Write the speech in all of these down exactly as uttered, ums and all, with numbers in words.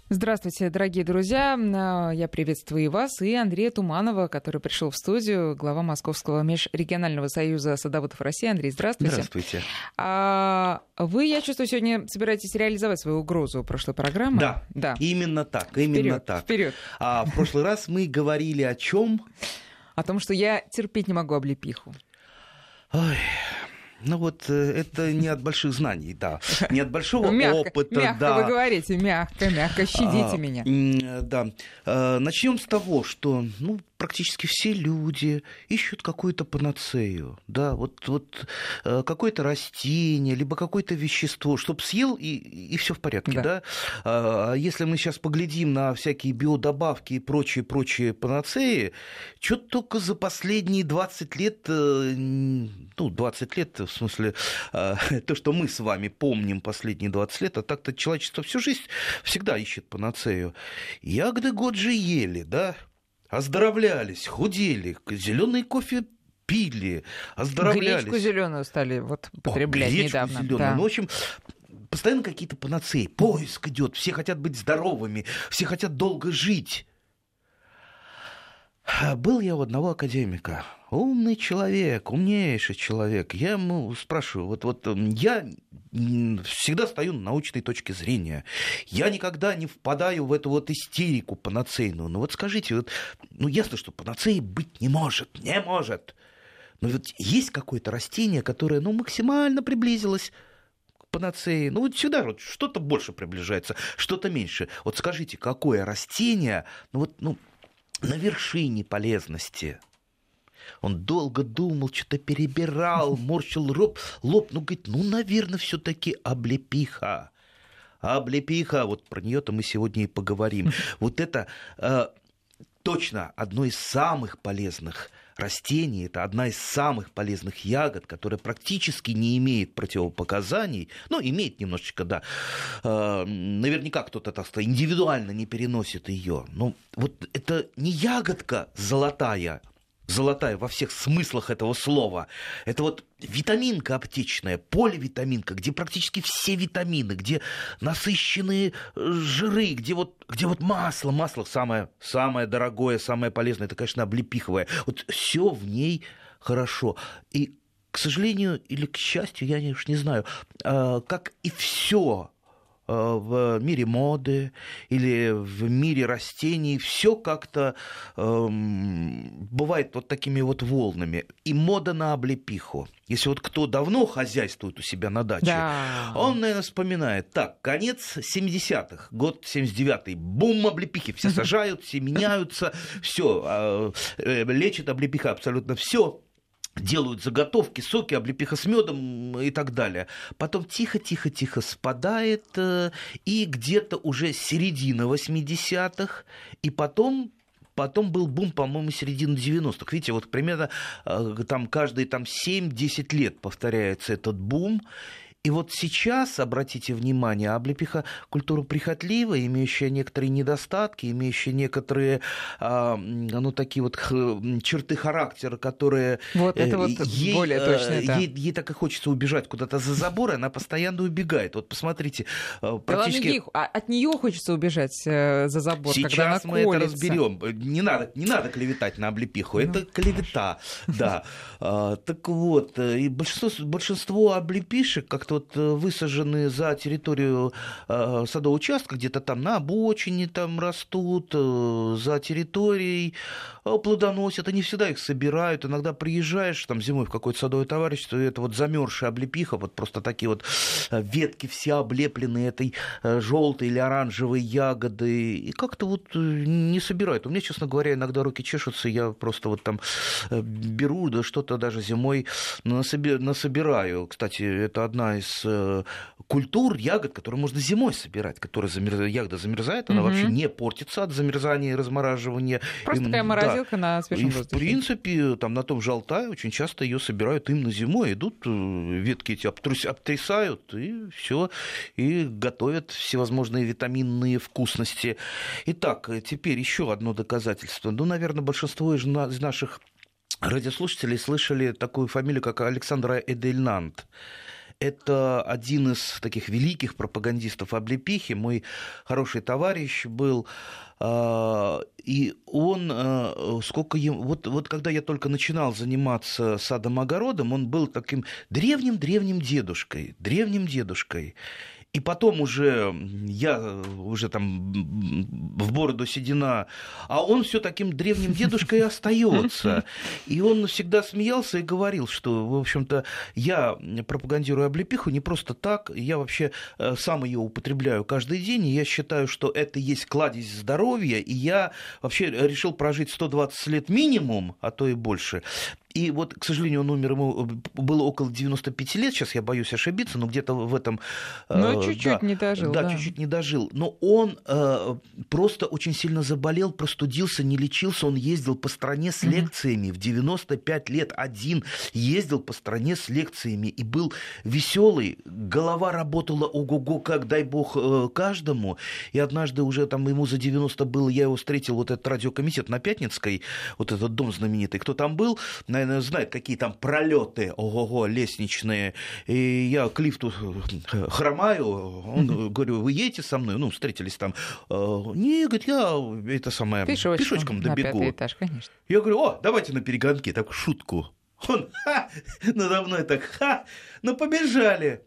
Здравствуйте, дорогие друзья. Я приветствую и вас, и Андрея Туманова, который пришел в студию, глава Московского межрегионального союза садоводов России. Андрей, здравствуйте. Здравствуйте. А вы, я чувствую, сегодня собираетесь реализовать свою угрозу прошлой программы. Да, да. Именно так, именно вперед, так. Вперед. А в прошлый раз мы говорили о чем? О том, что я терпеть не могу облепиху. Ой... Ну вот это не от больших знаний, да, не от большого мягко, опыта. Мягко да. вы говорите, мягко, мягко, щадите а, меня. Да. А, начнем с того, что ну, практически все люди ищут какую-то панацею, да, вот, вот какое-то растение, либо какое-то вещество, чтобы съел и, и все в порядке, да. да? А если мы сейчас поглядим на всякие биодобавки и прочие-прочие панацеи, что-то только за последние двадцать лет, ну, двадцать лет, в смысле, то, что мы с вами помним последние двадцать лет, а так-то человечество всю жизнь всегда ищет панацею. Ягоды год же ели, да, оздоровлялись, худели, зеленый кофе пили, оздоровлялись. Гречку зеленую стали вот потреблять О, гречку недавно. Зелёную. Да. Ну, в общем, постоянно какие-то панацеи, поиск идет, все хотят быть здоровыми, все хотят долго жить. Был я у одного академика, умный человек, умнейший человек. Я ему спрашиваю, вот, вот я всегда стою на научной точке зрения. Я никогда не впадаю в эту вот истерику панацейную. Ну вот скажите, вот, ну ясно, что панацеи быть не может, не может. Но вот есть какое-то растение, которое ну, максимально приблизилось к панацеи. Ну вот всегда вот что-то больше приближается, что-то меньше. Вот скажите, какое растение, ну вот, ну, на вершине полезности. Он долго думал, что-то перебирал, морщил лоб, лоб, ну, говорит, ну, наверное, все-таки облепиха. Облепиха, вот про нее-то мы сегодня и поговорим. Вот это э, точно одно из самых полезных растений, это одна из самых полезных ягод, которая практически не имеет противопоказаний, ну, имеет немножечко, да, э, наверняка кто-то, так сказать, индивидуально не переносит ее, но вот это не ягодка золотая, золотая во всех смыслах этого слова, это вот витаминка аптечная, поливитаминка, где практически все витамины, где насыщенные жиры, где вот, где вот масло, масло самое, самое дорогое, самое полезное, это, конечно, облепиховое. Вот все в ней хорошо. И, к сожалению, или к счастью, я уж не знаю, как и все в мире моды или в мире растений, все как-то эм, бывает вот такими вот волнами. И мода на облепиху. Если вот кто давно хозяйствует у себя на даче, да. Он, наверное, вспоминает. Так, конец семидесятых, год семьдесят девятый, бум облепихи. Все сажают, все меняются, все, э, лечит облепиха абсолютно все. Делают заготовки, соки, облепиха с медом и так далее. Потом тихо-тихо-тихо спадает, и где-то уже середина восьмидесятых, и потом... Потом был бум, по-моему, середины девяностых. Видите, вот примерно там, каждые там, семь-десять лет повторяется этот бум. И вот сейчас, обратите внимание, облепиха культура прихотливая, имеющая некоторые недостатки, имеющая некоторые, ну, такие вот черты характера, которые... Вот это вот ей, более точно, да. ей, ей так и хочется убежать куда-то за забор, и она постоянно убегает. Вот посмотрите, практически... Да ладно, ей, от нее хочется убежать за забор, сейчас когда она мы колется. Это разберем. Не надо, не надо клеветать на облепиху, ну. Это клевета, да. Так вот, и большинство, большинство облепишек как-то вот высажены за территорию э, садового участка, где-то там на обочине там растут, э, за территорией, э, плодоносят, они всегда их собирают, иногда приезжаешь там зимой в какое-то садовое товарищество, и это вот замерзшая облепиха, вот просто такие вот ветки все облеплены этой э, желтой или оранжевой ягодой, и как-то вот не собирают. У меня, честно говоря, иногда руки чешутся, я просто вот там беру, да что-то даже зимой насобираю. Кстати, это одна из культур ягод, которые можно зимой собирать, которая замерз... ягода замерзает, она mm-hmm. вообще не портится от замерзания и размораживания. Просто и, такая морозилка да. на свежем и, воздухе. В принципе, там на том же Алтае очень часто ее собирают именно зимой, идут, ветки эти обтрясают, и все, и готовят всевозможные витаминные вкусности. Итак, теперь еще одно доказательство. Ну, наверное, большинство из наших радиослушателей слышали такую фамилию, как Александра Эдельнанд. Это один из таких великих пропагандистов облепихи, мой хороший товарищ был. И он, сколько ему, вот, вот когда я только начинал заниматься садом-огородом, он был таким древним-древним дедушкой, древним дедушкой. И потом уже я уже там в бороду седина, а он все таким древним дедушкой остается. И он всегда смеялся и говорил, что, в общем-то, я пропагандирую облепиху не просто так, я вообще сам ее употребляю каждый день, и я считаю, что это есть кладезь здоровья, и я вообще решил прожить сто двадцать лет минимум, а то и больше. И вот, к сожалению, он умер, ему было около девяноста пяти лет, сейчас я боюсь ошибиться, но где-то в этом... Но чуть-чуть да, не дожил. Да, да, чуть-чуть не дожил. Но он э, просто очень сильно заболел, простудился, не лечился, он ездил по стране с лекциями, mm-hmm. в девяносто пять лет один ездил по стране с лекциями и был веселый, голова работала ого-го, как дай бог э, каждому. И однажды уже там ему за девяносто было, я его встретил, вот этот радиокомитет на Пятницкой, вот этот дом знаменитый, кто там был, наверное, знает, какие там пролеты, ого-го, лестничные. И я к лифту хромаю, он, mm-hmm. говорю, вы едете со мной? Ну, встретились там. Не, говорит, я это самое, пешочком, пешочком добегу. На пятый этаж, конечно. Я говорю, о, давайте на перегонки, так шутку. Он, ха, надо мной так, ха, ну побежали.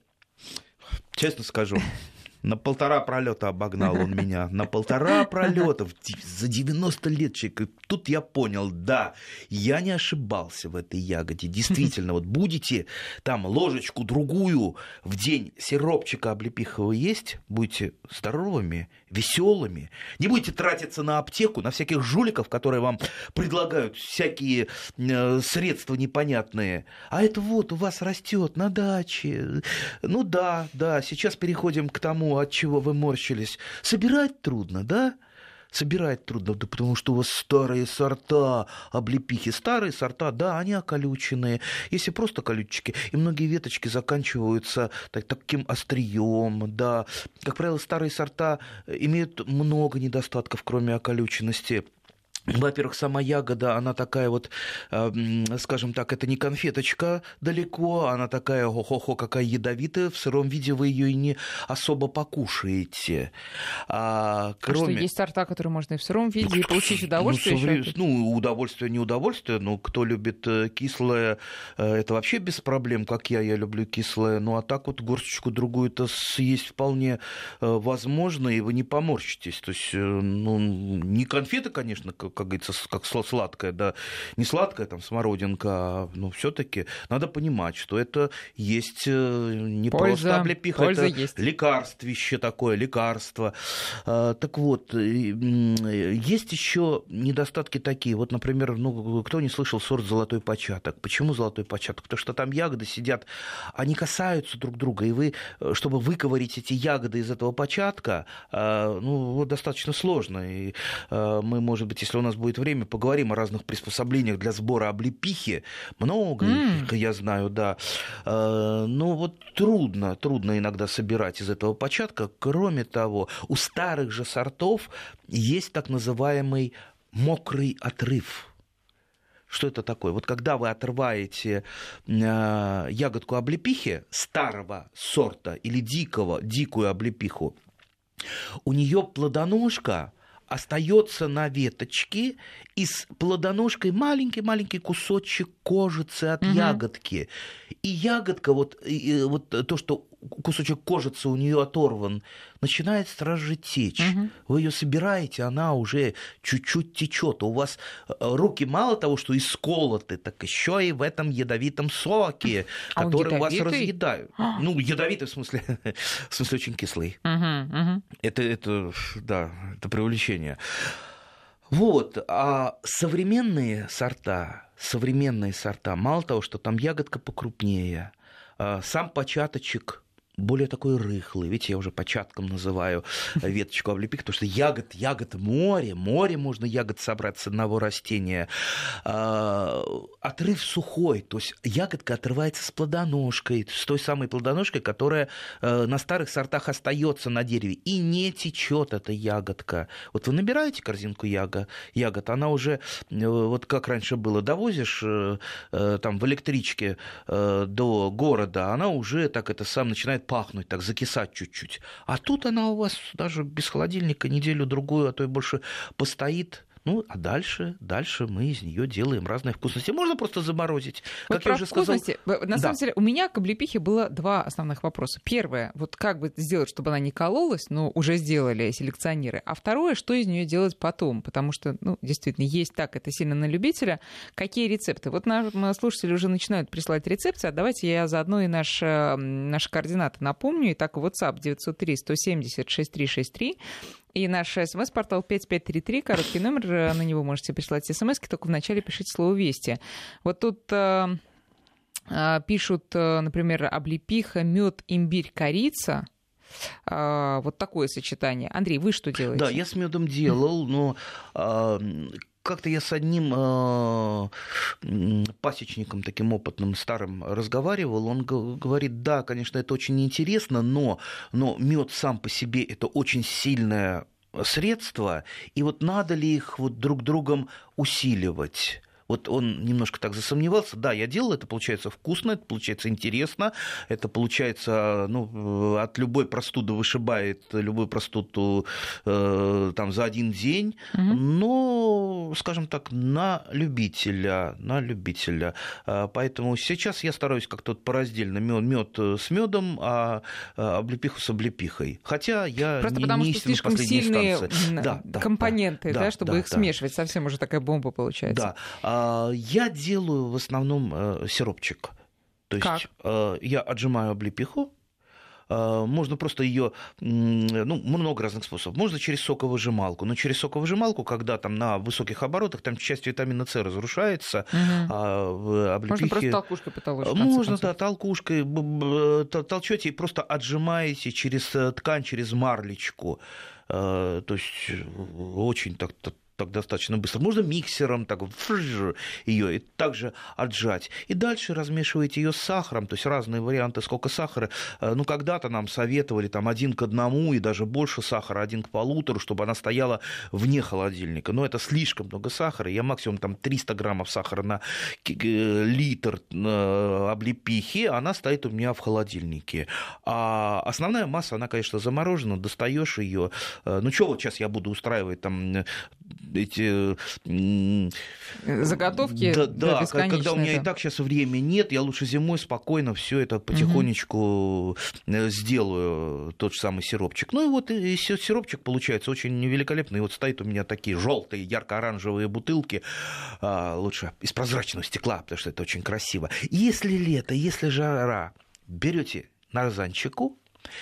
Честно скажу, на полтора пролета обогнал он меня. На полтора пролета за девяносто лет человек. Тут я понял, да, я не ошибался в этой ягоде. Действительно, вот будете там ложечку другую в день сиропчика облепихового есть, будете здоровыми, веселыми. Не будете тратиться на аптеку, на всяких жуликов, которые вам предлагают всякие э, средства непонятные. А это вот у вас растет на даче. Ну да, да, сейчас переходим к тому, от чего вы морщились. Собирать трудно, да? Собирать трудно, да потому что у вас старые сорта облепихи. Старые сорта, да, они околюченные. Если просто колючки, и многие веточки заканчиваются так, таким острием, да. Как правило, старые сорта имеют много недостатков, кроме околюченности. Во-первых, сама ягода, она такая вот, скажем так, это не конфеточка далеко, она такая, хо-хо-хо, какая ядовитая, в сыром виде вы ее и не особо покушаете. А, кроме... а что, есть сорта, которые можно и в сыром виде, и получить удовольствие? Ну, еще? ну, удовольствие, не удовольствие, но кто любит кислое, это вообще без проблем, как я, я люблю кислое, ну, а так вот горсточку другую-то съесть вполне возможно, и вы не поморщитесь. То есть, ну, не конфеты, конечно, как говорится, как сладкое, да, не сладкая там смородинка, но все-таки надо понимать, что это есть не польза, просто облепиха, это есть. Лекарствище такое, лекарство. Так вот, есть еще недостатки такие. Вот, например, ну, кто не слышал сорт «Золотой початок». Почему «Золотой початок»? Потому что там ягоды сидят, они касаются друг друга, и вы, чтобы выковырить эти ягоды из этого початка, ну, вот достаточно сложно. И мы, может быть, если у нас будет время, поговорим о разных приспособлениях для сбора облепихи. Много mm. их, я знаю, да. Но вот трудно, трудно иногда собирать из этого початка. Кроме того, у старых же сортов есть так называемый мокрый отрыв. Что это такое? Вот когда вы отрываете ягодку облепихи старого сорта или дикого, дикую облепиху, у нее плодоножка остается на веточке, и с плодоножкой маленький-маленький кусочек кожицы от угу. ягодки. И ягодка, вот, и, вот то, что кусочек кожицы у нее оторван, начинает сразу же течь. Угу. Вы ее собираете, она уже чуть-чуть течет. У вас руки мало того, что исколоты, так еще и в этом ядовитом соке, а который вас разъедают. Ну, ядовитый в смысле, в смысле очень кислый. Угу, угу. Это, это, да, это преувеличение. Вот, а современные сорта, современные сорта, мало того, что там ягодка покрупнее, сам початочек более такой рыхлый. Видите, я уже початком называю веточку облепихи, потому что ягод, ягод море, море можно ягод собрать с одного растения. Отрыв сухой, то есть ягодка отрывается с плодоножкой, с той самой плодоножкой, которая на старых сортах остается на дереве, и не течет эта ягодка. Вот вы набираете корзинку ягод, ягод, она уже, вот как раньше было, довозишь там в электричке до города, она уже так это сам начинает пахнуть, так закисать чуть-чуть. А тут она у вас даже без холодильника неделю-другую, а то и больше постоит. Ну, а дальше, дальше мы из нее делаем разные вкусности. Можно просто заморозить. Вот как про я уже сказал. На да. самом деле, у меня к облепихе было два основных вопроса. Первое, вот как бы сделать, чтобы она не кололась, но уже сделали селекционеры. А второе, что из нее делать потом? Потому что, ну, действительно, есть так, это сильно на любителя. Какие рецепты? Вот наши слушатели уже начинают присылать рецепты, а давайте я заодно и наши, наши координаты напомню. Итак, WhatsApp девятьсот три сто семьдесят шесть три шесть три. И наш смс-портал пять пять три три, короткий номер, на него можете присылать смс-ки, только вначале пишите слово «Вести». Вот тут э, э, пишут, э, например, облепиха, мед, имбирь, корица. Э, вот такое сочетание. Андрей, вы что делаете? Да, я с медом делал, но... Э, Как-то я с одним э, пасечником, таким опытным, старым, разговаривал. Он г- говорит, да, конечно, это очень интересно, но, но мед сам по себе это очень сильное средство, и вот надо ли их вот друг другом усиливать? Вот он немножко так засомневался. Да, я делал, это получается вкусно, это получается интересно, это получается, ну, от любой простуды вышибает любую простуду э, там, за один день, угу. но, скажем так, на любителя, на любителя. Поэтому сейчас я стараюсь как-то пораздельно мед с медом, а облепиху с облепихой. Хотя я Просто не, потому не что слишком сильные да, да, компоненты, да, да, чтобы да, их да. смешивать, совсем уже такая бомба получается. Да. Я делаю в основном сиропчик. То есть как? Я отжимаю облепиху. Можно просто ее, ну, много разных способов. Можно через соковыжималку, но через соковыжималку, когда там на высоких оборотах, там часть витамина С разрушается, угу. а в облепихе... Можно просто толкушкой потолочь. Можно, да, толкушкой, толчете и просто отжимаете через ткань, через марлечку. То есть очень так... так достаточно быстро. Можно миксером так ее и также отжать. И дальше размешиваете ее с сахаром, то есть разные варианты, сколько сахара. Ну, когда-то нам советовали там один к одному и даже больше сахара, один к полутору, чтобы она стояла вне холодильника. Но это слишком много сахара. Я максимум там триста граммов сахара на литр облепихи, она стоит у меня в холодильнике. А основная масса, она, конечно, заморожена, достаешь ее. Ну, что вот сейчас я буду устраивать там эти заготовки, да, да, когда у меня да. и так сейчас времени нет, я лучше зимой спокойно все это потихонечку угу. сделаю, тот же самый сиропчик. Ну и вот и сиропчик получается очень великолепный. И вот стоит у меня такие желтые, ярко-оранжевые бутылки, а, лучше из прозрачного стекла, потому что это очень красиво. Если лето, если жара, берете нарзанчику,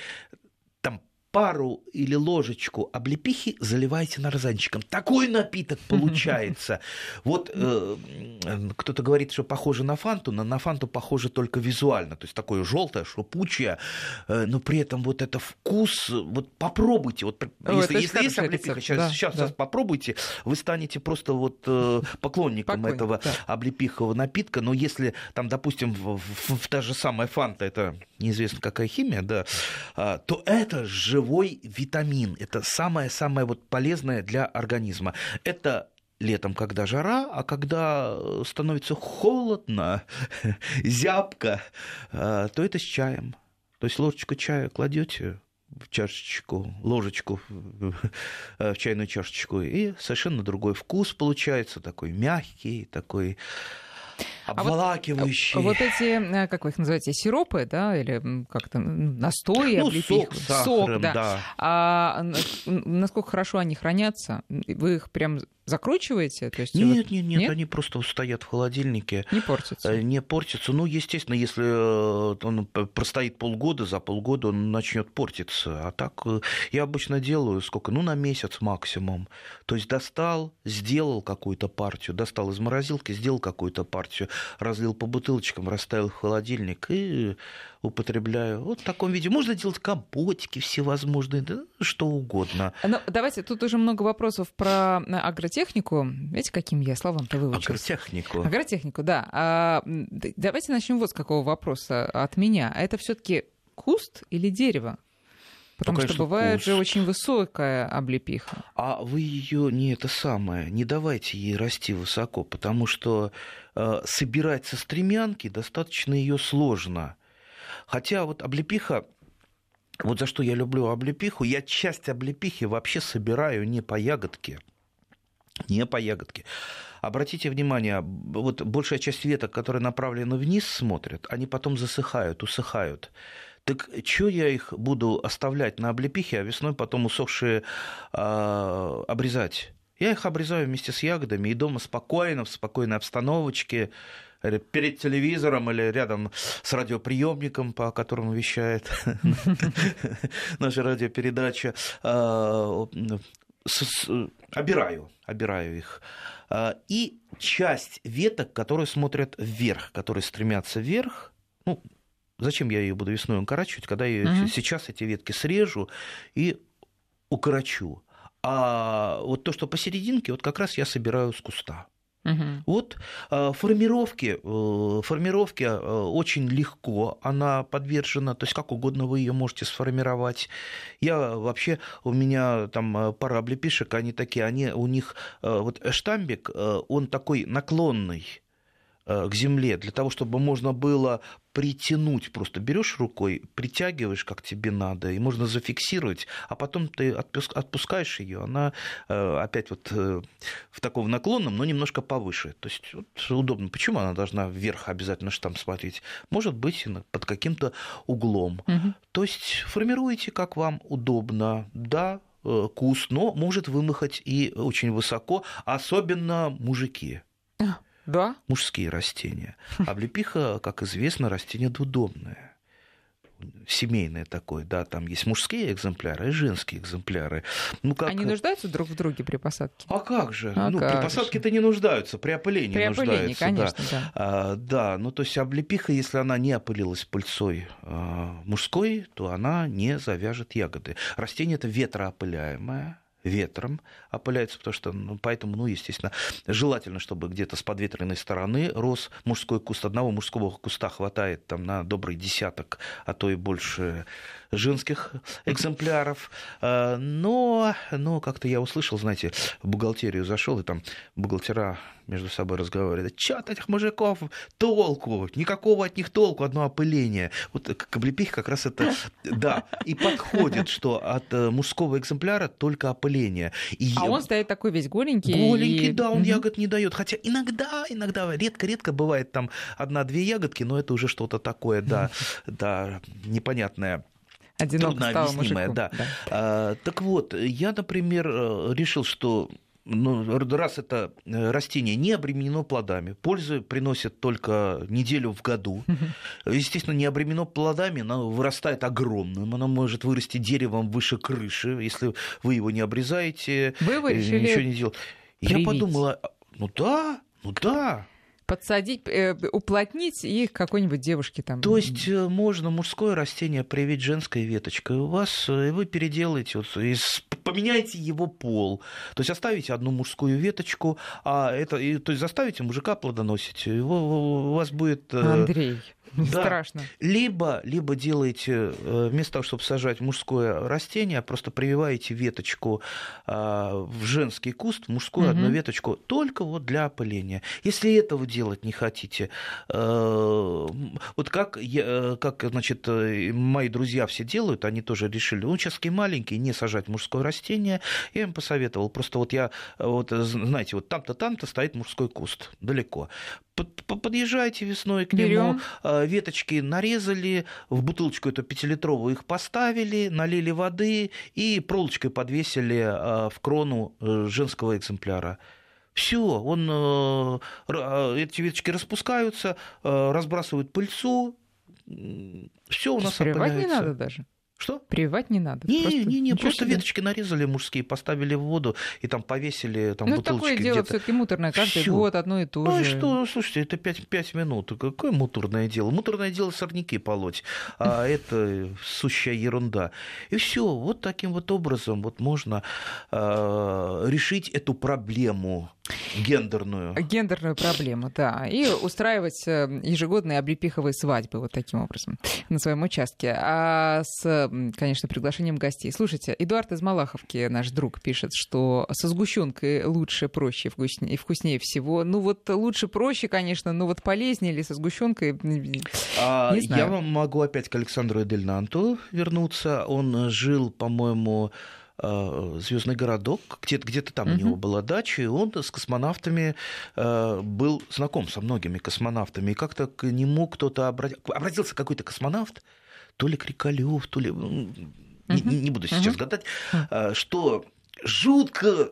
пару или ложечку облепихи заливаете нарзанчиком. Такой напиток получается. Вот э, кто-то говорит, что похоже на фанту, но на фанту похоже только визуально. То есть такое желтое, шипучее, э, но при этом вот это вкус. Вот попробуйте. Вот, О, если если есть облепиха, сейчас, да, сейчас, да. сейчас попробуйте, вы станете просто вот э, поклонником Поклонник, этого да. облепихового напитка. Но если там, допустим, в, в, в та же самая фанта, это неизвестно какая химия, да, э, то это же живой витамин. Это самое-самое вот полезное для организма. Это летом, когда жара, а когда становится холодно, зябко, то это с чаем. То есть ложечку чая кладете в чашечку, ложечку в чайную чашечку, и совершенно другой вкус получается, такой мягкий, такой... обволакивающий. А вот, вот эти, как вы их называете, сиропы, да, или как-то настои, ну, облепихи, сок, сахаром, сок, да. да. А насколько хорошо они хранятся? Вы их прям закручиваете? То есть нет, вот... нет, нет, нет, они просто стоят в холодильнике. Не портятся? Не портятся. Ну, естественно, если он простоит полгода, за полгода он начнет портиться. А так я обычно делаю сколько? Ну, на месяц максимум. То есть достал, сделал какую-то партию, достал из морозилки, сделал какую-то партию, разлил по бутылочкам, расставил в холодильник и употребляю. Вот в таком виде. Можно делать компотики всевозможные, да, что угодно. Ну, давайте, тут уже много вопросов про агротехнику. Видите, каким я словам-то выучился? Агротехнику. Агротехнику, да. А, давайте начнем вот с какого вопроса от меня. А это все-таки куст или дерево? Потому ну, что бывает куст. же очень высокая облепиха. А вы ее не это самое, не давайте ей расти высоко, потому что э, собирать со стремянки достаточно ее сложно. Хотя вот облепиха, вот за что я люблю облепиху, я часть облепихи вообще собираю не по ягодке. Не по ягодке. Обратите внимание, вот большая часть веток, которые направлены вниз, смотрят, они потом засыхают, усыхают. Так что я их буду оставлять на облепихе, а весной потом усохшие э, обрезать? Я их обрезаю вместе с ягодами и дома спокойно, в спокойной обстановочке, перед телевизором или рядом с радиоприемником, по которому вещает наша радиопередача, обираю, обираю их. И часть веток, которые смотрят вверх, которые стремятся вверх, ну, зачем я ее буду весной укорачивать, когда я uh-huh. сейчас эти ветки срежу и укорочу. А вот то, что посерединке, вот как раз я собираю с куста. Uh-huh. Вот формировки, формировки очень легко она подвержена, то есть как угодно вы ее можете сформировать. Я вообще, у меня там пара облепишек, они такие, они, у них вот штамбик, он такой наклонный к земле, для того, чтобы можно было притянуть, просто берешь рукой, притягиваешь, как тебе надо, и можно зафиксировать, а потом ты отпускаешь ее, она опять вот в таком наклонном, но немножко повыше. То есть вот, удобно. Почему она должна вверх обязательно штамп смотреть? Может быть, под каким-то углом. Угу. То есть формируете, как вам удобно, да, куст, но может вымахать и очень высоко, особенно мужики. Да? Мужские растения. Облепиха, как известно, растение двудомное. Семейное такое, да, там есть мужские экземпляры и женские экземпляры. Ну, как... Они нуждаются друг в друге при посадке? А как же? А ну, как при посадке-то не нуждаются, при опылении при нуждаются. При опылении, конечно, да. Да. А, да, ну то есть облепиха, если она не опылилась пыльцой а, мужской, то она не завяжет ягоды. Растение это ветроопыляемое. Ветром опыляется, потому что, ну, поэтому, ну, естественно, желательно, чтобы где-то с подветренной стороны рос мужской куст. Одного мужского куста хватает там на добрый десяток, а то и больше женских экземпляров. Но, но как-то я услышал, знаете, в бухгалтерию зашел, и там бухгалтера между собой разговаривают. Чё от этих мужиков толку? Никакого от них толку, одно опыление. Вот к облепихе как раз это, да, и подходит, что от мужского экземпляра только опыление. И а он стоит такой весь голенький. Голенький, и... да, он mm-hmm. ягод не дает. Хотя иногда, иногда, редко-редко бывает там одна-две ягодки, но это уже что-то такое, да, да, непонятное. Трудно объяснимое, да. да. А, так вот, я, например, решил, что ну, раз это растение не обременено плодами, пользы приносит только неделю в году. Естественно, не обременено плодами, оно вырастает огромным, оно может вырасти деревом выше крыши, если вы его не обрезаете, вы решили ничего не делаете. Я подумала, ну да, ну да. Подсадить, э, уплотнить и к какой-нибудь девушке там. То есть можно мужское растение привить женской веточкой. У вас, и вы переделаете, вот, поменяете его пол. То есть оставите одну мужскую веточку, а это, и, то есть заставите мужика плодоносить. Его, у вас будет... Андрей. Да. Страшно. Либо, либо делаете, вместо того, чтобы сажать мужское растение, просто прививаете веточку в женский куст, в мужскую угу. одну веточку, только вот для опыления. Если этого делать не хотите, вот как, я, как значит, мои друзья все делают, они тоже решили, ну, участки маленькие, не сажать мужское растение, я им посоветовал, просто вот я, вот, знаете, вот там-то, там-то стоит мужской куст, далеко. Подъезжайте весной к нему, Берем. веточки нарезали, в бутылочку эту пятилитровую их поставили, налили воды и проволочкой подвесили в крону женского экземпляра. Все, он, эти веточки распускаются, разбрасывают пыльцу, все у нас опыляется. Прививать не надо даже? Что? Прививать не надо. Не, просто... не, не, просто себе. веточки нарезали мужские, поставили в воду и там повесили там, ну, бутылочки такое дело где-то. все-таки муторное, каждый Всё. год одно и то ну, же. Ну что, слушайте, это пять минут. Какое муторное дело? Муторное дело сорняки полоть, а это сущая ерунда. И все, вот таким вот образом вот можно э, решить эту проблему гендерную. Гендерную проблему, да. И устраивать ежегодные облепиховые свадьбы вот таким образом на своем участке. А с, конечно, приглашением гостей. Слушайте, Эдуард из Малаховки, наш друг, пишет, что со сгущенкой лучше, проще и вкуснее всего. Ну вот лучше, проще, конечно, но вот полезнее ли со сгущенкой? А, не знаю. Я вам могу опять к Александру Эдельнанту вернуться. Он жил, по-моему, «Звездный городок», где-то, где-то там uh-huh. у него была дача, и он с космонавтами э, был знаком со многими космонавтами, и как-то к нему кто-то обратился, обратился какой-то космонавт, то ли Крикалёв, то ли... Uh-huh. Не, не буду сейчас uh-huh. гадать, uh-huh. что жутко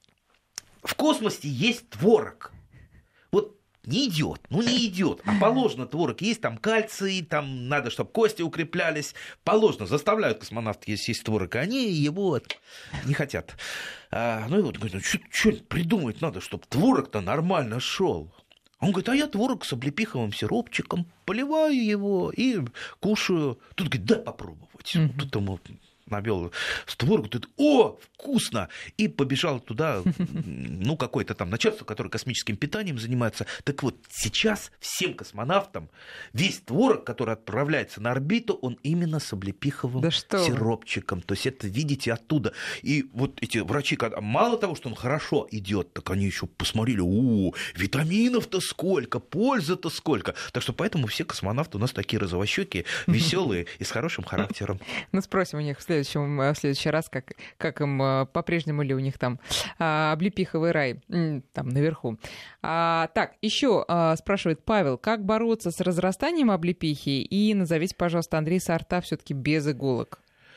в космосе есть творог. Вот не идет, ну не идет. А положено творог есть, там кальций, там надо, чтобы кости укреплялись. Положено, заставляют космонавтов есть, есть творог, а они его не хотят. А, ну и вот, говорит, ну что придумать надо, чтобы творог-то нормально шел. Он говорит, а я творог с облепиховым сиропчиком, поливаю его и кушаю. Тут говорит, дай попробовать. Mm-hmm. Тут ему навел творог, говорит, о, вкусно! И побежал туда, ну, какое-то там начальство, которое космическим питанием занимается. Так вот, сейчас всем космонавтам весь творог, который отправляется на орбиту, он именно с облепиховым да сиропчиком. То есть это видите оттуда. И вот эти врачи, мало того, что он хорошо идет, так они еще посмотрели, о, витаминов-то сколько, пользы-то сколько. Так что поэтому все космонавты у нас такие розовощеки, веселые и с хорошим характером. Ну, спросим у них в следующем в следующий раз, как, как им по-прежнему ли у них там а, облепиховый рай там наверху. А, так, еще а, спрашивает Павел, как бороться с разрастанием облепихи? И назовите, пожалуйста, Андрей, сорта все-таки без иголок.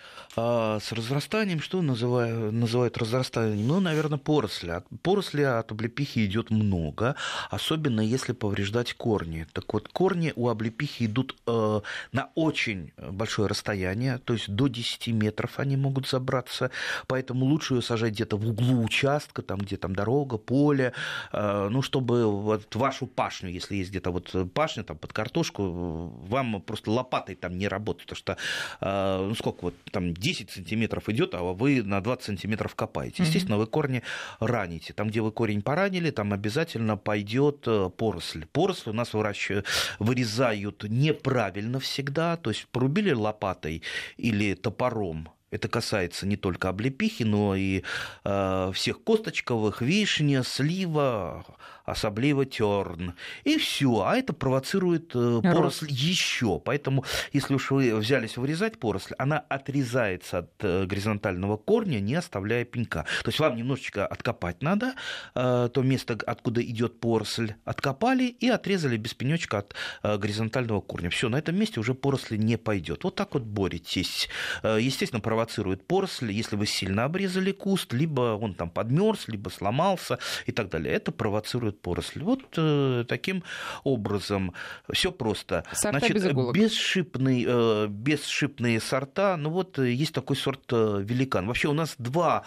А с разрастанием, что называют, называют разрастанием? Ну, наверное, поросли. От поросли от облепихи идет много, особенно если повреждать корни. Так вот, корни у облепихи идут э, на очень большое расстояние, то есть до десяти метров они могут забраться, поэтому лучше ее сажать где-то в углу участка, там, где там дорога, поле, э, ну, чтобы вот вашу пашню, если есть где-то вот пашня там под картошку, вам просто лопатой там не работать, потому что, э, ну, сколько вот там десять сантиметров идет, а вы на двадцать сантиметров копаете. Естественно, вы корни раните. Там, где вы корень поранили, там обязательно пойдет поросль. Поросль у нас выращивают, вырезают неправильно всегда, то есть порубили лопатой или топором. Это касается не только облепихи, но и э, всех косточковых, вишня, слива, особливо терн. И все. А это провоцирует э, поросль еще. Поэтому, если уж вы взялись вырезать поросль, она отрезается от э, горизонтального корня, не оставляя пенька. То есть вам немножечко откопать надо э, то место, откуда идет поросль, откопали и отрезали без пенечка от э, горизонтального корня. Все, на этом месте уже поросль не пойдет. Вот так вот боретесь. Э, естественно, провоцирует поросль, если вы сильно обрезали куст, либо он там подмерз, либо сломался и так далее. Это провоцирует поросль. Вот э, таким образом все просто. Сорта Значит, без иголок. Бесшипный, э, бесшипные сорта, ну вот есть такой сорт э, великан. Вообще у нас два,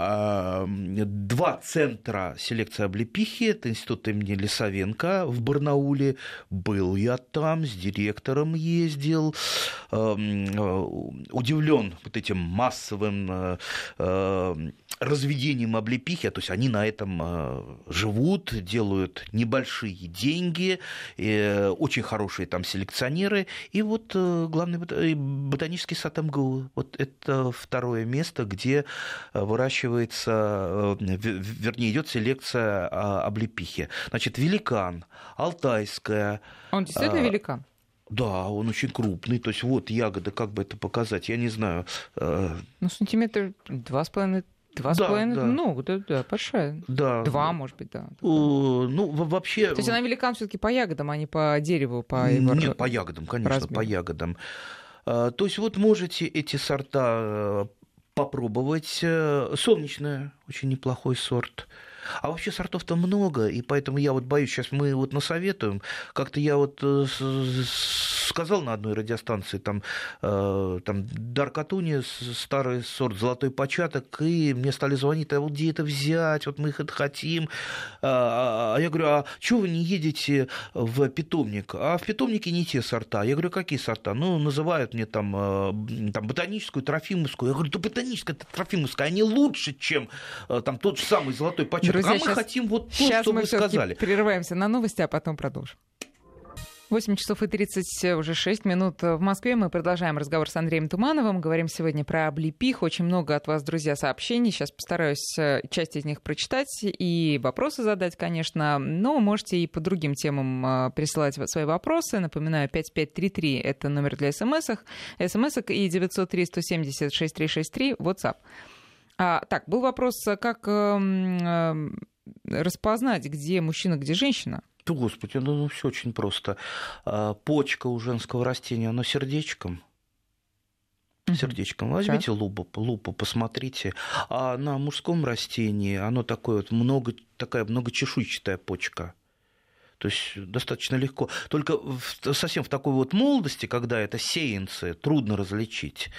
э, два центра селекции облепихи. Это институт имени Лисовенко в Барнауле. Был я там, с директором ездил. Э, э, удивлен вот этим массовым э, э, разведением облепихи, то есть они на этом э, живут, делают небольшие деньги, э, очень хорошие там селекционеры, и вот э, главный ботанический сад МГУ, вот это второе место, где выращивается, э, вернее, идет селекция э, облепихи. Значит, великан, алтайская. Он действительно э, великан? Да, он очень крупный. То есть вот ягода, как бы это показать, я не знаю. Ну, сантиметр два с половиной, два с половиной, да. Ну, да, да, большая. Да. Два, может быть, да. О, ну, вообще... То есть она великан все-таки по ягодам, а не по дереву? По его... Нет, по ягодам, конечно, по, по ягодам. То есть вот можете эти сорта попробовать солнечное, очень неплохой сорт. А вообще сортов-то много, и поэтому я вот боюсь, сейчас мы вот насоветуем. Как-то я вот сказал на одной радиостанции, там, там Даркатуни, старый сорт «Золотой початок», и мне стали звонить, а вот где это взять, вот мы их это хотим. А я говорю, а чего вы не едете в питомник? А в питомнике не те сорта. Я говорю, какие сорта? Ну, называют мне там, там ботаническую, трофимовскую. Я говорю, да ботаническая, трофимовская, они лучше, чем там тот же самый «Золотой початок». Друзья, а мы сейчас, хотим вот то, что мы вы сказали. Прерываемся на новости, а потом продолжим. восемь часов и тридцать уже шесть минут в Москве. Мы продолжаем разговор с Андреем Тумановым. Говорим сегодня про облепиху. Очень много от вас, друзья, сообщений. Сейчас постараюсь часть из них прочитать и вопросы задать, конечно. Но можете и по другим темам присылать свои вопросы. Напоминаю, пять пять три три — это номер для смс-ок. СМС-ок и девятьсот три сто семьдесят шесть триста шестьдесят три WhatsApp. А, так, был вопрос, как э, э, распознать, где мужчина, где женщина? Да, господи, ну, ну все очень просто. А, почка у женского растения, оно сердечком. Mm-hmm. Сердечком. Возьмите лупу, лупу, посмотрите. А на мужском растении оно такое вот много, такая многочешуйчатая почка. То есть достаточно легко. Только в, совсем в такой вот молодости, когда это сеянцы, трудно различить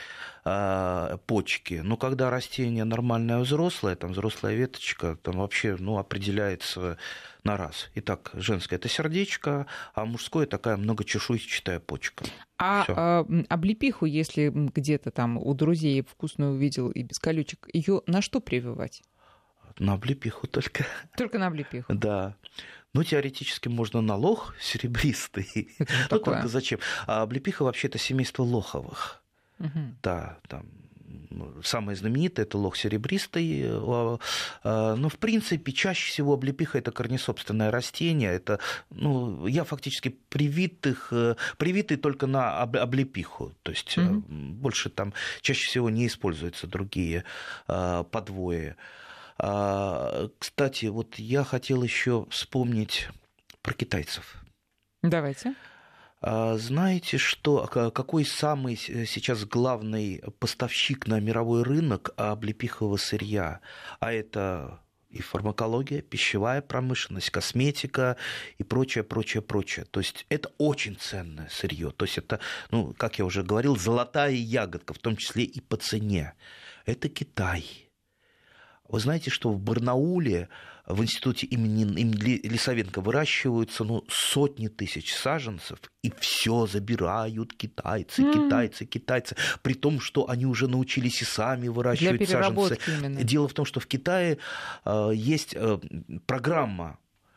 э, почки. Но когда растение нормальное, взрослое, там взрослая веточка, там вообще ну, определяется на раз. Итак, женское — это сердечко, а мужское — такая многочешуйчатая почка. А э, облепиху, если где-то там у друзей вкусную увидел и без колючек, ее на что прививать? На облепиху только. Только на облепиху? Да. Ну, теоретически можно на лох серебристый. Ну, только зачем? А облепиха вообще это семейство лоховых. Угу. Да, там самое знаменитое — это лох серебристый. Но, в принципе, чаще всего облепиха — это корнесобственное растение. Это, ну, я фактически привитых, привитый только на облепиху. То есть угу. больше там чаще всего не используются другие подвои. Кстати, вот я хотел еще вспомнить про китайцев. Давайте. Знаете, что, какой самый сейчас главный поставщик на мировой рынок облепихового сырья? А это и фармакология, пищевая промышленность, косметика и прочее, прочее, прочее. То есть это очень ценное сырье. То есть это, ну, как я уже говорил, золотая ягодка, в том числе и по цене. Это Китай. Вы знаете, что в Барнауле в институте имени, имени Лисавенко выращиваются ну, сотни тысяч саженцев, и все забирают китайцы, mm. китайцы, китайцы, при том, что они уже научились и сами выращивать саженцы. Именно. Дело в том, что в Китае э, есть э, программа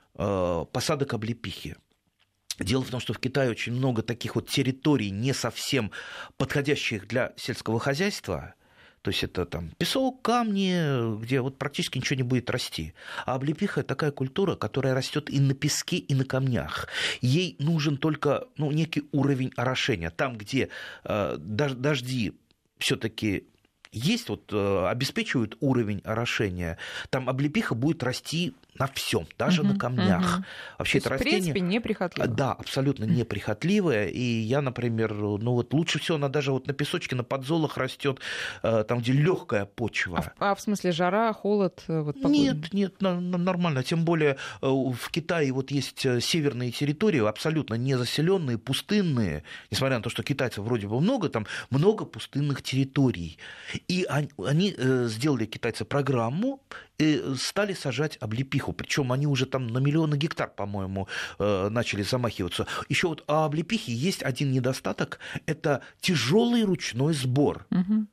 э, посадок облепихи. Дело в том, что в Китае очень много таких вот территорий, не совсем подходящих для сельского хозяйства. То есть это там песок, камни, где вот практически ничего не будет расти. А облепиха — это такая культура, которая растет и на песке, и на камнях. Ей нужен только ну, некий уровень орошения. Там, где э, дожди все-таки есть, вот, э, обеспечивают уровень орошения, там облепиха будет расти на всем, даже uh-huh, на камнях. Uh-huh. Вообще то это есть, растение, в принципе, неприхотливое. Да, абсолютно неприхотливое. И я, например, ну вот лучше всего она даже вот на песочке, на подзолах растет, там, где легкая почва. А, а в смысле жара, холод? Вот, нет, нет, нормально. Тем более в Китае вот есть северные территории, абсолютно незаселенные, пустынные. Несмотря на то, что китайцев вроде бы много, там много пустынных территорий. И они, они сделали, китайцы, программу, и стали сажать облепиху. Причем они уже там на миллионы гектар, по-моему, начали замахиваться. Еще вот у облепихи есть один недостаток – это тяжелый ручной сбор. Угу.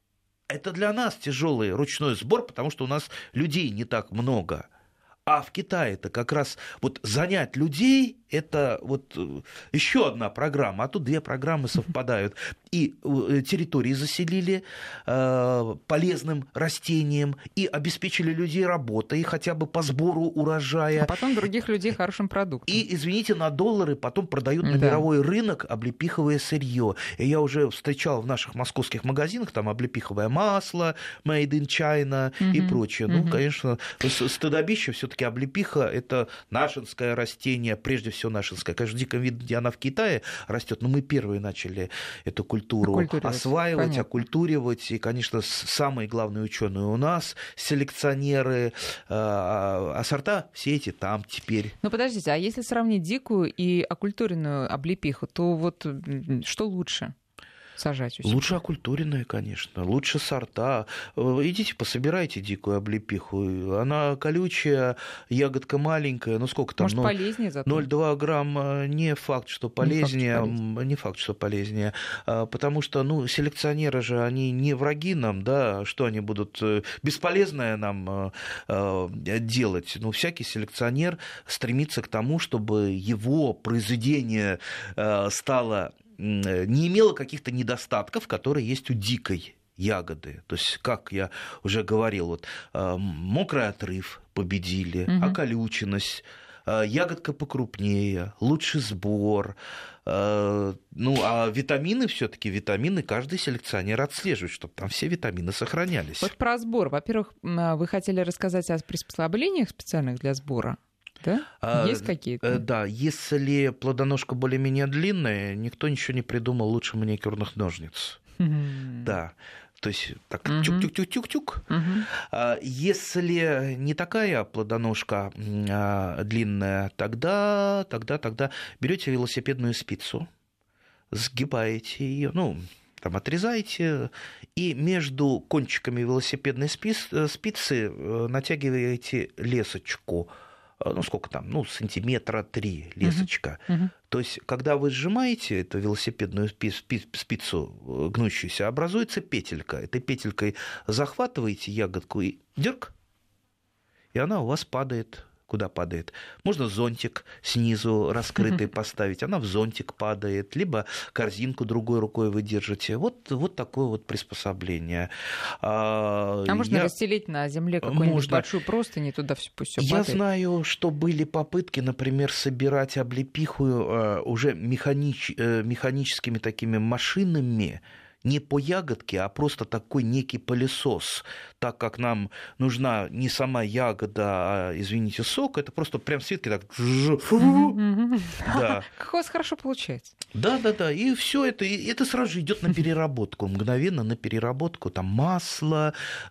Это для нас тяжелый ручной сбор, потому что у нас людей не так много. А в Китае это как раз вот занять людей – это вот еще одна программа, а тут две программы совпадают. И территории заселили э, полезным растением, и обеспечили людей работой хотя бы по сбору урожая. А потом других людей хорошим продуктом. И, извините, на доллары потом продают на да. мировой рынок облепиховое сырье. И я уже встречал в наших московских магазинах там облепиховое масло, made in China угу. и прочее. Угу. Ну, конечно, стыдобище все-таки облепиха – это нашинское растение, прежде всего нашинское. Конечно, в диком виде она в Китае растет, но мы первые начали эту культуру культуру осваивать, понятно. окультуривать. И, конечно, самые главные ученые у нас, селекционеры, а сорта все эти там теперь. Ну, подождите, а если сравнить дикую и окультуренную облепиху, то вот что лучше сажать у себя? Лучше окультуренные, конечно, лучше сорта. Идите, пособирайте дикую облепиху. Она колючая, ягодка маленькая, ну сколько там? Может, ноль, полезнее зато? ноль целых две грамма, не факт, что полезнее, не факт, что полезнее, не факт, что полезнее, потому что, ну, селекционеры же, они не враги нам, да, что они будут бесполезное нам делать. Ну, всякий селекционер стремится к тому, чтобы его произведение стало... не имела каких-то недостатков, которые есть у дикой ягоды. То есть, как я уже говорил, вот, мокрый отрыв победили, угу. околюченность, ягодка покрупнее, лучший сбор. Ну, а витамины все-таки, витамины каждый селекционер отслеживает, чтобы там все витамины сохранялись. Вот про сбор. Во-первых, вы хотели рассказать о приспособлениях специальных для сбора? Да? Есть а, какие-то? Да, если плодоножка более-менее длинная, никто ничего не придумал лучше маникюрных ножниц. Mm-hmm. Да, то есть так mm-hmm. тюк-тюк-тюк-тюк-тюк. Mm-hmm. Если не такая плодоножка длинная, тогда, тогда, тогда берете велосипедную спицу, сгибаете ее, ну, там отрезаете, и между кончиками велосипедной спицы натягиваете лесочку. Ну, сколько там, ну, сантиметра три лесочка. Uh-huh. Uh-huh. То есть, когда вы сжимаете эту велосипедную спицу гнущуюся, образуется петелька. Этой петелькой захватываете ягодку и дёрг, и она у вас падает. Куда падает? Можно зонтик снизу раскрытый поставить, она в зонтик падает, либо корзинку другой рукой вы держите. Вот, вот такое вот приспособление. А, а можно Я... расстелить на земле какую-нибудь можно... большую простынь, и туда все пусть всё Я падает? знаю, что были попытки, например, собирать облепиху уже механич... механическими такими машинами, не по ягодке, а просто такой некий пылесос. Так как нам нужна не сама ягода, а, извините, сок, это просто прям с ветки так... Да. Как у вас хорошо получается. Да, да, да. И все это, и это сразу же идет на переработку, мгновенно на переработку. Там масло,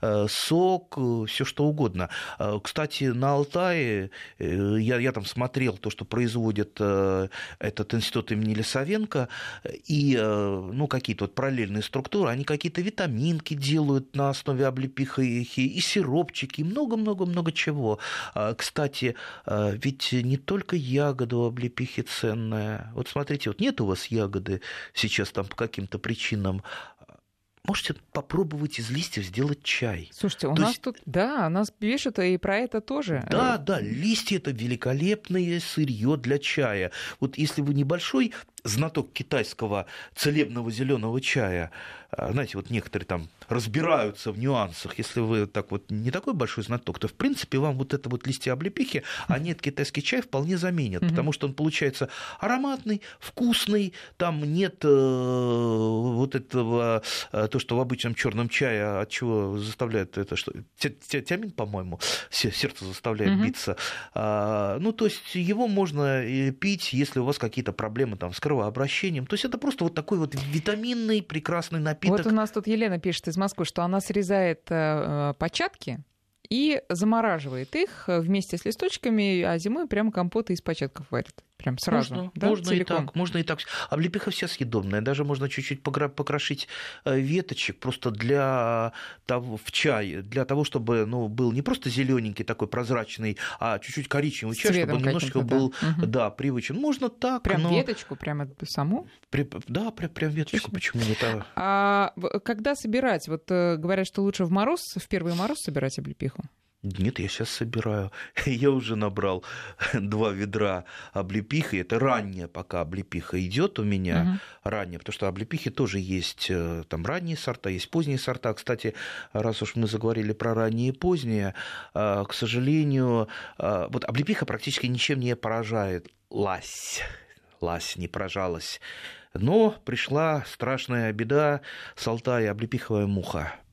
сок, все что угодно. Кстати, на Алтае я, я там смотрел то, что производит этот институт имени Лисовенко, и ну, какие-то вот параллельные структуры, они какие-то витаминки делают на основе облепихи, и сиропчики, и много-много-много чего. Кстати, ведь не только ягода у облепихи ценная. Вот смотрите, вот нет у вас ягоды сейчас там по каким-то причинам, можете попробовать из листьев сделать чай. Слушайте, у То нас есть... тут, да, нас пишут и про это тоже. Да, да, листья – это великолепное сырье для чая. Вот если вы небольшой знаток китайского целебного зеленого чая, знаете, вот некоторые там разбираются в нюансах, если вы так вот не такой большой знаток, то, в принципе, вам вот это вот листья облепихи, они этот китайский чай вполне заменят, mm-hmm. потому что он получается ароматный, вкусный, там нет э, вот этого, э, то, что в обычном черном чае, от чего заставляет это, что тиамин, по-моему, сердце заставляет mm-hmm. биться. А, ну, то есть его можно пить, если у вас какие-то проблемы там с кровообращением. То есть это просто вот такой вот витаминный прекрасный напиток. Вот у нас тут Елена пишет из Москвы, что она срезает э, початки и замораживает их вместе с листочками, а зимой прямо компоты из початков варит. Прям сразу. Можно, да, можно и так, можно и так. Облепиха вся съедобная. Даже можно чуть-чуть покрошить веточек просто для того, в чай, для того, чтобы ну, был не просто зелененький такой прозрачный, а чуть-чуть коричневый чай, чтобы он немножечко был да. Да, привычен. Можно так. Прям но... веточку, прямо саму? При... Да, прям, прям веточку. Почему не так? А когда собирать? Вот говорят, что лучше в мороз, в первый мороз собирать облепиху? Нет, я сейчас собираю. Я уже набрал два ведра облепихи. Это ранняя пока облепиха идет у меня. Uh-huh. Ранняя, потому что облепихи тоже есть там ранние сорта, есть поздние сорта. Кстати, раз уж мы заговорили про ранние и поздние, к сожалению, вот облепиха практически ничем не поражает. Лась. Лась не поражалась. Но пришла страшная беда с Алтая, облепиховая муха.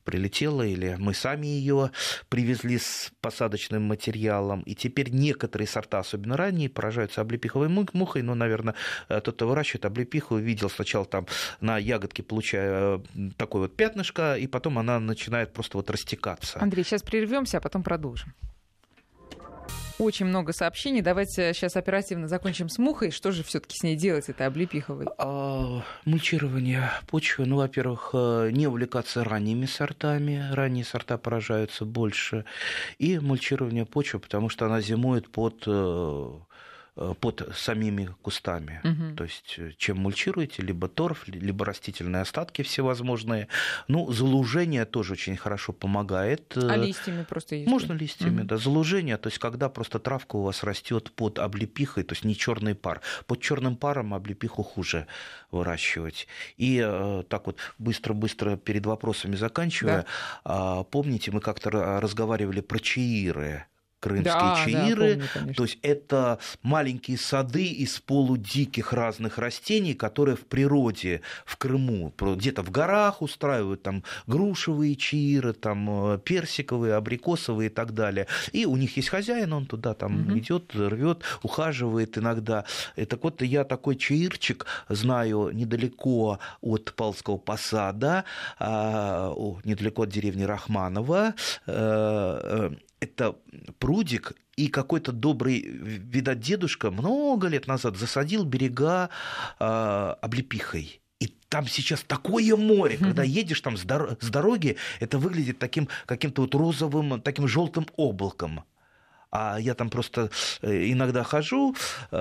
прилетела, или мы сами ее привезли с посадочным материалом, и теперь некоторые сорта, особенно ранние, поражаются облепиховой мухой, но, наверное, тот, кто выращивает облепиху, видел сначала там на ягодке, получая такое вот пятнышко, и потом она начинает просто вот растекаться. Андрей, сейчас прервемся, а потом продолжим. Очень много сообщений. Давайте сейчас оперативно закончим с мухой. Что же все-таки с ней делать, этой облепиховой? А, мульчирование почвы. Ну, во-первых, не увлекаться ранними сортами. Ранние сорта поражаются больше. И мульчирование почвы, потому что она зимует под... под самими кустами. Угу. То есть, чем мульчируете, либо торф, либо растительные остатки всевозможные. Ну, залужение тоже очень хорошо помогает. А листьями просто есть? Можно листьями, угу. да. Залужение, то есть, когда просто травка у вас растет под облепихой, то есть, не черный пар. Под черным паром облепиху хуже выращивать. И так вот, быстро-быстро перед вопросами заканчивая, да. Помните, мы как-то разговаривали про чаиры. Крымские да, чаиры, да, помню, то есть это маленькие сады из полудиких разных растений, которые в природе, в Крыму, где-то в горах устраивают там грушевые чаиры, там персиковые, абрикосовые и так далее. И у них есть хозяин, он туда там угу. идет, рвет, ухаживает иногда. И так вот я такой чаирчик знаю недалеко от Палского посада, недалеко от деревни Рахманова. Это прудик, и какой-то добрый, видать, дедушка много лет назад засадил берега э, облепихой. И там сейчас такое море, когда едешь там с, дор- с дороги, это выглядит таким каким-то вот розовым, таким желтым облаком. А я там просто иногда хожу,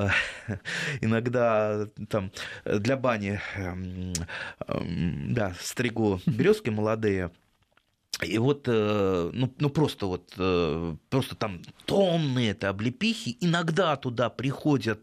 иногда там для бани да, стригу березки молодые. И вот, ну, ну просто вот, просто там тонны это облепихи, иногда туда приходят,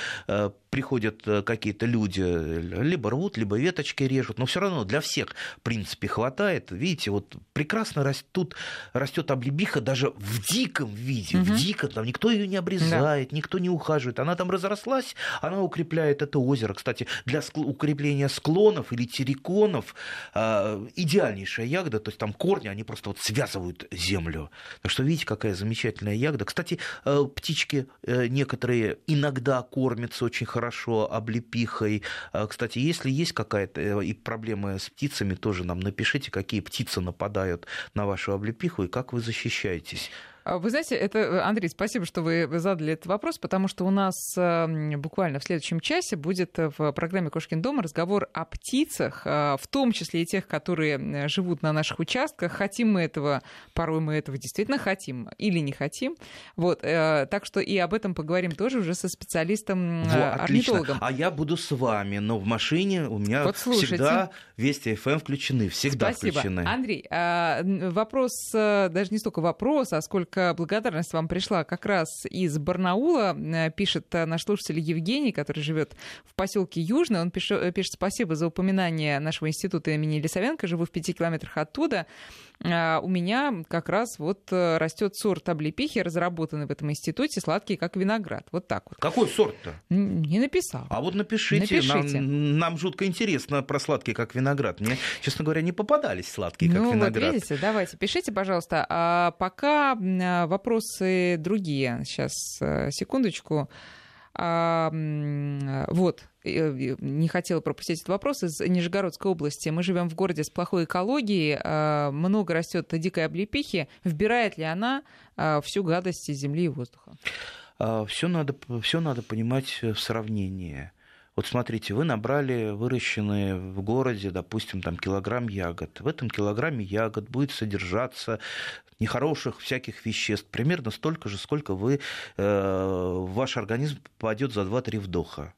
приходят какие-то люди, либо рвут, либо веточки режут, но все равно для всех, в принципе, хватает. Видите, вот прекрасно растут, растет облепиха даже в диком виде, угу. в диком, там никто ее не обрезает, да. никто не ухаживает, она там разрослась, она укрепляет это озеро. Кстати, для укрепления склонов или терриконов идеальнейшая ягода, то есть там корни, они просто вот связывают землю. Так что видите, какая замечательная ягода. Кстати, птички некоторые иногда кормятся очень хорошо облепихой. Кстати, если есть какая-то и проблема с птицами, тоже нам напишите, какие птицы нападают на вашу облепиху и как вы защищаетесь. Вы знаете, это, Андрей, спасибо, что вы задали этот вопрос, потому что у нас буквально в следующем часе будет в программе «Кошкин дом» разговор о птицах, в том числе и тех, которые живут на наших участках. Хотим мы этого, порой мы этого действительно хотим или не хотим. Вот, так что и об этом поговорим тоже уже со специалистом-орнитологом. А я буду с вами, но в машине у меня вот всегда Вести эф эм включены, всегда Спасибо. включены. Андрей, вопрос, даже не столько вопрос, а сколько благодарность вам пришла как раз из Барнаула. Пишет наш слушатель Евгений, который живет в поселке Южный. Он пишет, пишет спасибо за упоминание нашего института имени Лисовенко. Живу в пяти километрах оттуда. У меня как раз вот растет сорт облепихи, разработанный в этом институте, сладкий, как виноград. Вот так вот. Какой сорт-то? Не написал. А вот напишите. напишите. Нам, нам жутко интересно про сладкий, как виноград. Мне, честно говоря, не попадались сладкие, как ну, виноград. Вот видите, давайте, пишите, пожалуйста. А пока вопросы другие. Сейчас, секундочку. А, вот, не хотела пропустить этот вопрос из Нижегородской области. Мы живем в городе с плохой экологией, много растет дикой облепихи. Вбирает ли она всю гадость из земли и воздуха? Все надо, все надо понимать в сравнении. Вот смотрите, вы набрали выращенные в городе, допустим, там, килограмм ягод. В этом килограмме ягод будет содержаться нехороших всяких веществ, примерно столько же, сколько вы, э, в ваш организм попадет за два-три вдоха.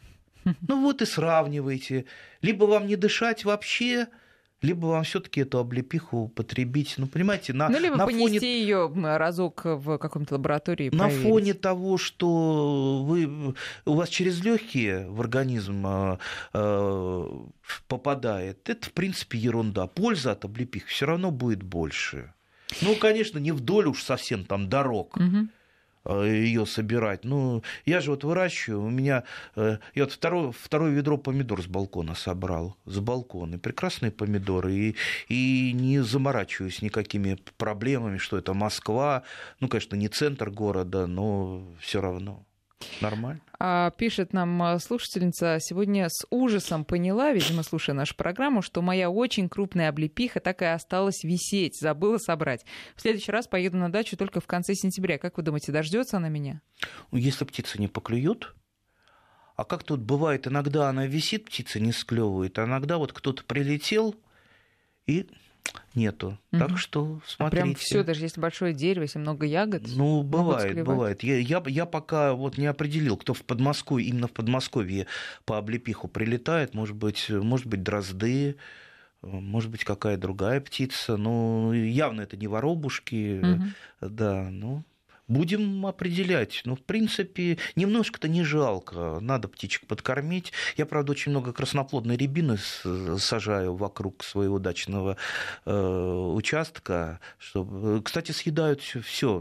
Ну вот и сравнивайте. Либо вам не дышать вообще, либо вам все-таки эту облепиху употребить. Ну, понимаете, на, ну, либо на понести фоне... ее разок в каком-то лаборатории. На проверить. фоне того, что вы, у вас через легкие в организм э, э, попадает, это, в принципе, ерунда. Польза от облепихи все равно будет больше. Ну, конечно, не вдоль уж совсем там дорог. Угу. ее собирать. Ну, я же вот выращиваю, у меня... Я вот второе, второе ведро помидор с балкона собрал, с балкона. Прекрасные помидоры. И, и не заморачиваюсь никакими проблемами, что это Москва. Ну, конечно, не центр города, но все равно нормально. А, пишет нам слушательница: сегодня с ужасом поняла, видимо, слушая нашу программу, что моя очень крупная облепиха так и осталась висеть, забыла собрать. В следующий раз поеду на дачу только в конце сентября. Как вы думаете, дождется она меня? Если птица не поклюет, а как тут бывает, иногда она висит, птица не склевывает, а иногда вот кто-то прилетел и... нету. Угу. Так что смотрите. А прям все, даже если большое дерево, если много ягод. Ну, бывает, бывает. Я, я, я пока вот не определил, кто в Подмосковье, именно в Подмосковье по облепиху прилетает. Может быть, может быть, дрозды, может быть, какая другая птица. Ну, явно это не воробушки. Угу. Да, ну... Будем определять. Ну, в принципе, немножко-то не жалко. Надо птичек подкормить. Я, правда, очень много красноплодной рябины сажаю вокруг своего дачного э, участка. Чтобы... Кстати, съедают все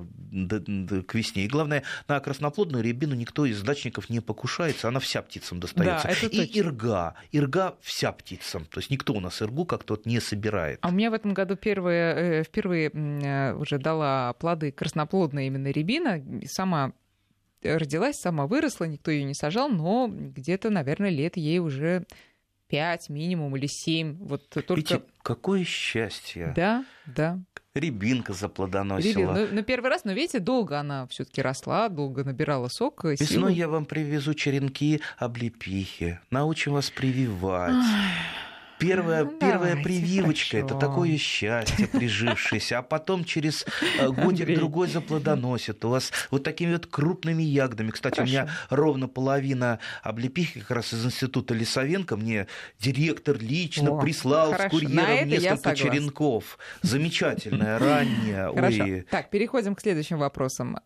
к весне. И главное, на красноплодную рябину никто из дачников не покушается. Она вся птицам достается. Да, и ирга. Ирга вся птицам. То есть никто у нас иргу как-то вот не собирает. А у меня в этом году первые, впервые уже дала плоды красноплодные именно рябина, сама родилась, сама выросла, никто ее не сажал, но где-то, наверное, лет ей уже пять минимум или семь. Вот только... Видите, какое счастье. Да, да. Рябинка заплодоносила. Рябин. Ну, ну, первый раз, но видите, долго она все-таки росла, долго набирала сок. Весной силу. Я вам привезу черенки облепихи, научим вас прививать. Первая, ну, первая давайте, прививочка, хорошо. Это такое счастье, прижившееся, а потом через годик-другой заплодоносит. У вас вот такими вот крупными ягодами. Кстати, хорошо. У меня ровно половина облепихи как раз из института Лисовенко. Мне директор лично О, прислал хорошо. С курьером несколько черенков. Замечательная, ранняя. Хорошо. Ой. Так, переходим к следующим вопросам.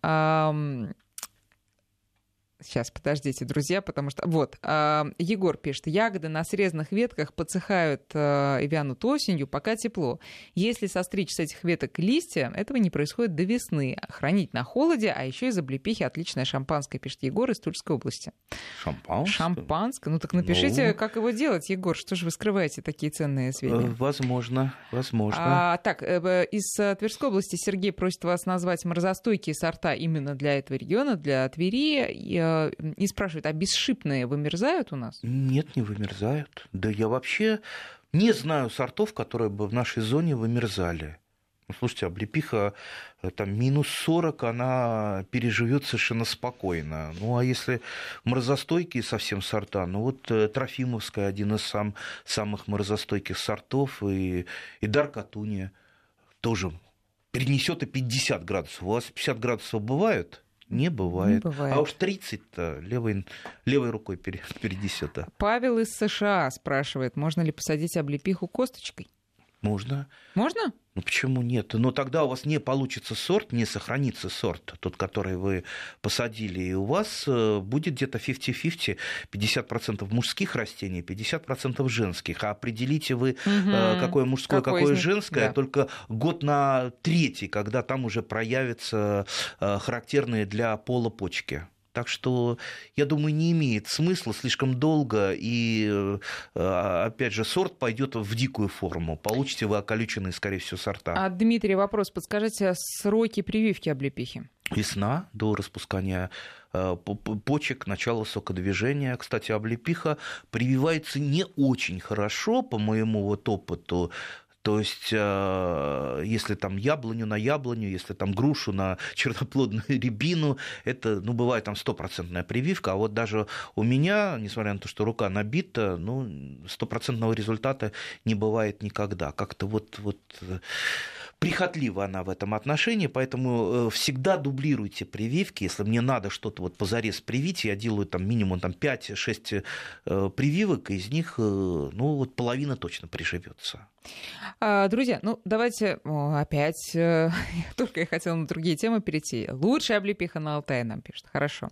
Сейчас, подождите, друзья, потому что... Вот, э, Егор пишет. Ягоды на срезанных ветках подсыхают э, и вянут осенью, пока тепло. Если состричь с этих веток листья, этого не происходит до весны. Хранить на холоде, а еще из облепихи отличное шампанское, пишет Егор из Тульской области. Шампанское? Шампанское? Ну так напишите, ну... как его делать, Егор. Что же вы скрываете такие ценные сведения? Возможно, возможно. А, так, э, из Тверской области Сергей просит вас назвать морозостойкие сорта именно для этого региона, для Твери. И, И спрашивают, а бесшипные вымерзают у нас? Нет, не вымерзают. Да я вообще не знаю сортов, которые бы в нашей зоне вымерзали. Ну, слушайте, облепиха там минус сорок, она переживет совершенно спокойно. Ну, а если морозостойкие совсем сорта, ну вот Трофимовская один из сам, самых морозостойких сортов, и, и Даркатуния тоже перенесет и пятьдесят градусов. У вас пятьдесят градусов бывают? Не бывает. Не бывает. А уж тридцать-то левой, левой рукой перенесет. Павел из США спрашивает, можно ли посадить облепиху косточкой? Можно. Можно? Ну почему нет? Но тогда у вас не получится сорт, не сохранится сорт, тот, который вы посадили, и у вас будет где-то пятьдесят на пятьдесят, пятьдесят процентов мужских растений, пятьдесят процентов женских. А определите вы, угу. какое мужское, какое, какое женское, да. Только год на третий, когда там уже проявятся характерные для пола почки. Так что, я думаю, не имеет смысла слишком долго, и, опять же, сорт пойдет в дикую форму. Получите вы околюченные, скорее всего, сорта. А, Дмитрий, вопрос. Подскажите сроки прививки облепихи? Весна до распускания почек, начало сокодвижения. Кстати, облепиха прививается не очень хорошо, по моему вот опыту. То есть, если там яблоню на яблоню, если там грушу на черноплодную рябину, это, ну, бывает там стопроцентная прививка, а вот даже у меня, несмотря на то, что рука набита, ну, стопроцентного результата не бывает никогда. Как-то вот, вот прихотлива она в этом отношении, поэтому всегда дублируйте прививки. Если мне надо что-то вот позарез привить, я делаю там минимум там, пять-шесть прививок, и из них, ну, вот половина точно приживется. Друзья, ну давайте опять, только я хотела на другие темы перейти. Лучшая облепиха на Алтае, нам пишет. Хорошо.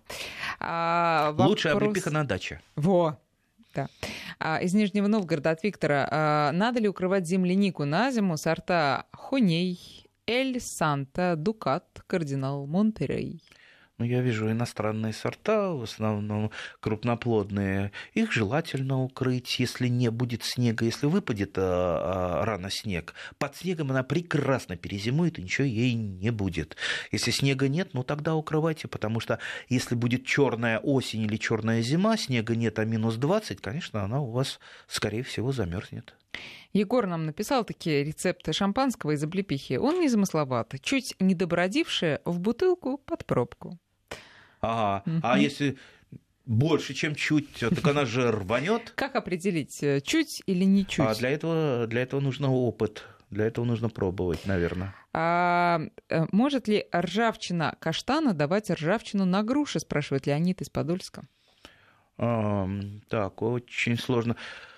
А, вопрос... Лучшая облепиха на даче. Во. Да. А, из Нижнего Новгорода от Виктора. А, надо ли укрывать землянику на зиму? Сорта Хоней, Эль Санта, Дукат, Кардинал, Монтерей. Ну, я вижу иностранные сорта, в основном крупноплодные. Их желательно укрыть, если не будет снега. Если выпадет а, а, рано снег, под снегом она прекрасно перезимует, и ничего ей не будет. Если снега нет, ну тогда укрывайте, потому что если будет черная осень или черная зима, снега нет, а минус двадцать, конечно, она у вас, скорее всего, замерзнет. Егор нам написал такие рецепты шампанского из облепихи. Он незамысловат. Чуть недобродившее в бутылку под пробку. Ага. Mm-hmm. А если больше, чем чуть, так она же рванет. Как определить, чуть или не чуть? А для этого, для этого нужно опыт. Для этого нужно пробовать, наверное. А может ли ржавчина каштана давать ржавчину на груши, спрашивает Леонид из Подольска. А, так, очень сложно.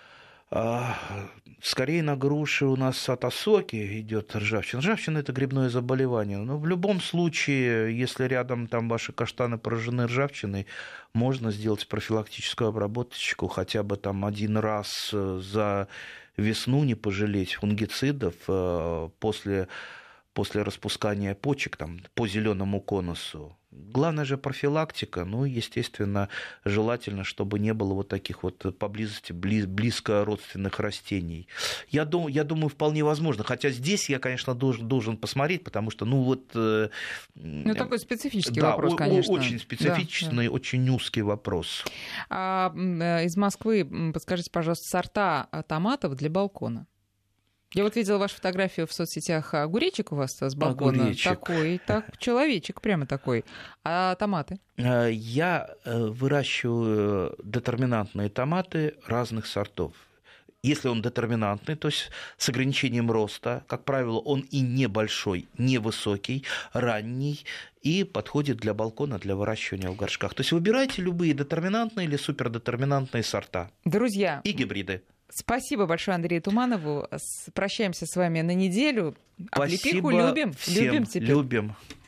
Скорее на груши у нас от осоки идет ржавчина. Ржавчина – это грибное заболевание. Но в любом случае, если рядом там ваши каштаны поражены ржавчиной, можно сделать профилактическую обработочку хотя бы там один раз за весну, не пожалеть фунгицидов после, после распускания почек там, по зеленому конусу. Главное же профилактика, ну, естественно, желательно, чтобы не было вот таких вот поблизости близ, близко родственных растений. Я, дум, я думаю, вполне возможно, хотя здесь я, конечно, должен, должен посмотреть, потому что, ну, вот... Ну, такой специфический да, вопрос, конечно. Очень специфичный, да, да. Очень узкий вопрос. А, из Москвы, подскажите, пожалуйста, сорта томатов для балкона. Я вот видела вашу фотографию в соцсетях. Огуречек у вас с балкона. Огуречек. Такой, так, человечек прямо такой. А томаты? Я выращиваю детерминантные томаты разных сортов. Если он детерминантный, то есть с ограничением роста, как правило, он и небольшой, невысокий, ранний, и подходит для балкона, для выращивания в горшках. То есть выбирайте любые детерминантные или супердетерминантные сорта. Друзья. И гибриды. Спасибо большое Андрею Туманову. Прощаемся с вами на неделю. Облепиху любим. любим. Всем любим теперь. Любим.